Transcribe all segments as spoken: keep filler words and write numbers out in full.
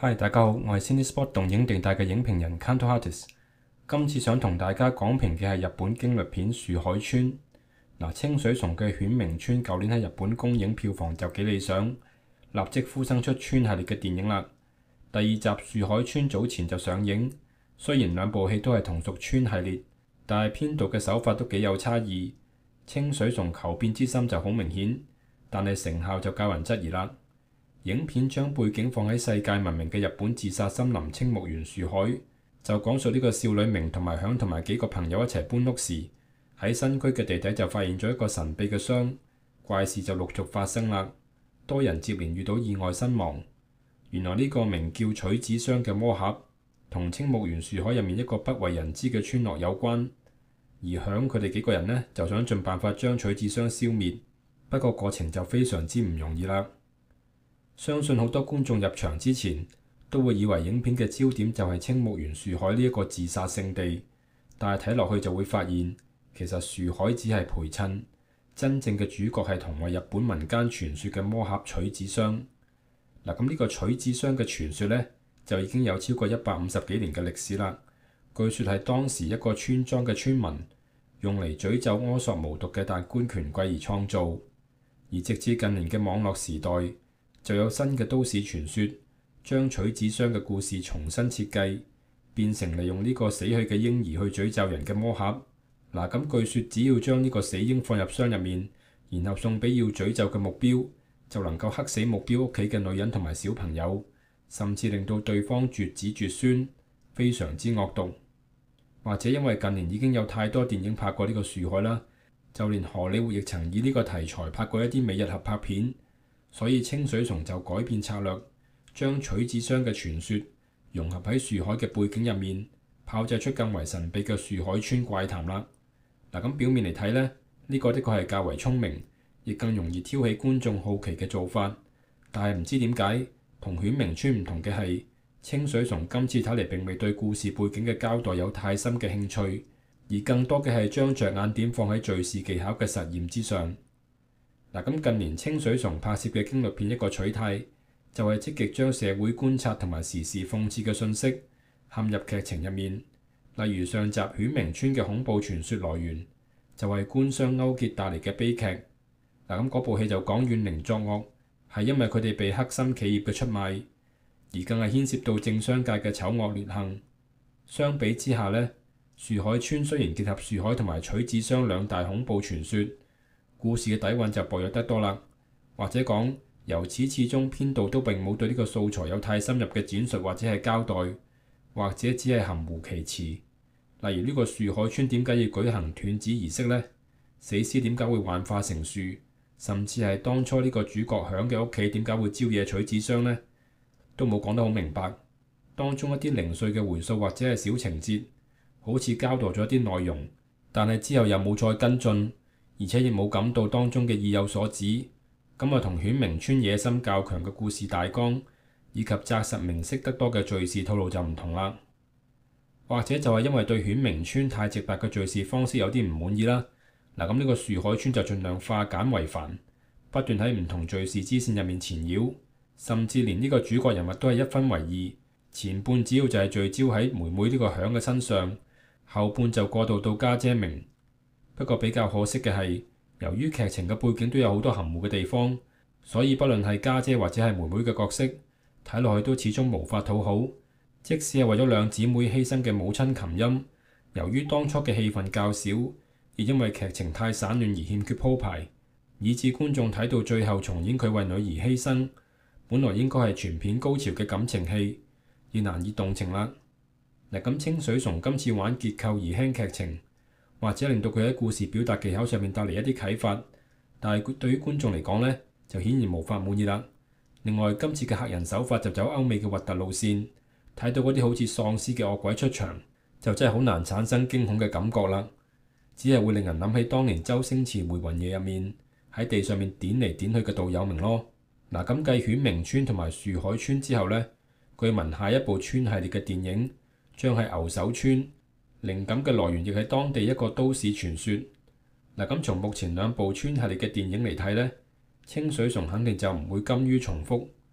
Hi，大家好，我係 Cinespot 動映地帶嘅影評人 Kantorates。今次想同大家講評嘅係日本驚慄片《樹海村》。嗱，清水崇嘅《犬鳴村》舊年喺日本公映票房就幾理想，立即孵生出村系列嘅電影啦。第二集《樹海村》早前就上映，雖然兩部戲都係同屬村系列，但係編導嘅手法都幾有差異。清水崇求變之心就好明顯，但係成效就較人質疑啦。影片將背景放喺世界聞名嘅日本自殺森林青木原樹海，就講述呢個少女明同埋響同埋幾個朋友一齊搬屋時，喺新居嘅地底就發現咗一個神秘嘅箱，怪事就陸續發生啦。多人接連遇到意外身亡。原來呢個名叫取子箱嘅魔盒，同青木原樹海入面一個不為人知嘅村落有關。而響佢哋幾個人呢，就想盡辦法將取子箱消滅，不過過程就非常之唔容易啦。相信好多觀眾入場之前都會以為影片嘅焦點就係青木原樹海呢一個自殺聖地，但係睇落去就會發現其實樹海只係陪襯，真正嘅主角係同為日本民間傳說嘅魔盒取子箱。嗱，咁呢個取子箱嘅傳說呢，就已經有超過一百五十幾年嘅歷史啦。據說係當時一個村莊嘅村民用嚟詛咒柯索無毒嘅達官權貴而創造，而直至近年嘅網絡時代，就有新嘅都市傳說，將取子箱嘅故事重新設計，變成利用呢個死去嘅嬰兒去詛咒人嘅魔盒。嗱，咁據說只要將呢個死嬰放入箱入面，然後送俾要詛咒嘅目標，就能夠黑死目標屋企嘅女人同埋小朋友，甚至令到對方絕子絕孫，非常之惡毒。或者因為近年已經有太多電影拍過呢個樹海啦，就連荷里活亦曾以呢個題材拍過一啲美日合拍片。所以清水崇就改變策略，將取子箱嘅傳說融合喺樹海嘅背景入面，炮製出更為神秘嘅樹海村怪談啦。嗱，咁表面嚟睇呢，呢個的確係較為聰明，亦更容易挑起觀眾好奇嘅做法。但係唔知點解同犬鳴村唔同嘅係，清水崇今次睇嚟並未對故事背景嘅交代有太深嘅興趣，而更多嘅係將着眼點放喺敘事技巧嘅實驗之上。嗱，咁近年清水崇拍攝嘅驚慄片一個取態，就係積極將社會觀察同埋時事諷刺嘅信息嵌入劇情入面。例如上集犬鳴村嘅恐怖傳說來源，就係官商勾結帶嚟嘅悲劇。嗱，咁嗰部戲就講怨靈作惡，係因為佢哋被黑心企業嘅出賣，而更係牽涉到政商界嘅醜惡劣行。相比之下呢，樹海村雖然結合樹海同埋取子箱兩大恐怖傳說，故事嘅底蘊就薄弱得多啦，或者講由始至終編導都並冇對呢個素材有太深入嘅展述或者係交代，或者只係含糊其辭。例如呢個樹海村點解要舉行斷子儀式呢？死屍點解會幻化成樹？甚至係當初呢個主角響嘅屋企點解會招惹取子箱呢？都冇講得好明白。當中一啲零碎嘅回溯或者係小情節，好似交代咗一啲內容，但係之後又冇再跟進。而且亦冇感到當中嘅意有所指，咁啊同犬鳴村野心較強嘅故事大綱，以及紮實明晰得多嘅敘事套路就唔同啦。或者就係因為對犬鳴村太直白嘅敘事方式有啲唔滿意啦。嗱，咁呢個樹海村就盡量化簡為繁，不斷喺唔同敘事支線入面纏繞，甚至連呢個主角人物都係一分為二，前半主要就係聚焦喺妹妹呢個響嘅身上，後半就過渡到家姐明。不過比較可惜嘅係，由於劇情嘅背景都有好多含糊嘅地方，所以不論係家姐或者係妹妹嘅角色，睇落去都始終無法討好。即使係為咗兩姊妹犧牲嘅母親琴音，由於當初嘅戲份較少，亦因為劇情太散亂而欠缺鋪排，以致觀眾睇到最後重演佢為女兒犧牲，本來應該係全片高潮嘅感情戲，亦難以動情啦。嗱，咁清水崇今次玩結構而輕劇情，或者令到佢喺故事表達技巧上面帶嚟一啲啟發，但係對於觀眾嚟講呢，就顯然無法滿意啦。另外，今次嘅嚇人手法就走歐美嘅核突路線，睇到嗰啲好似喪屍嘅惡鬼出場，就真係好難產生驚恐嘅感覺啦。只係會令人諗起當年周星馳《回魂夜》入面喺地上面點嚟點去嘅道友明咯。嗱，咁繼犬鳴村同埋樹海村之後呢，據聞下一部村系列嘅電影將係牛首村。靈感嘅來源亦係當地一個都市傳說。嗱，咁從目前兩部村系列嘅電影嚟睇呢，清水崇肯定就唔會甘於重複。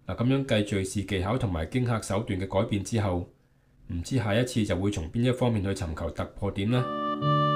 嗱，咁樣計敘事技巧同埋驚嚇手段嘅改變之後，唔知下一次就會從邊一方面去尋求突破點呢？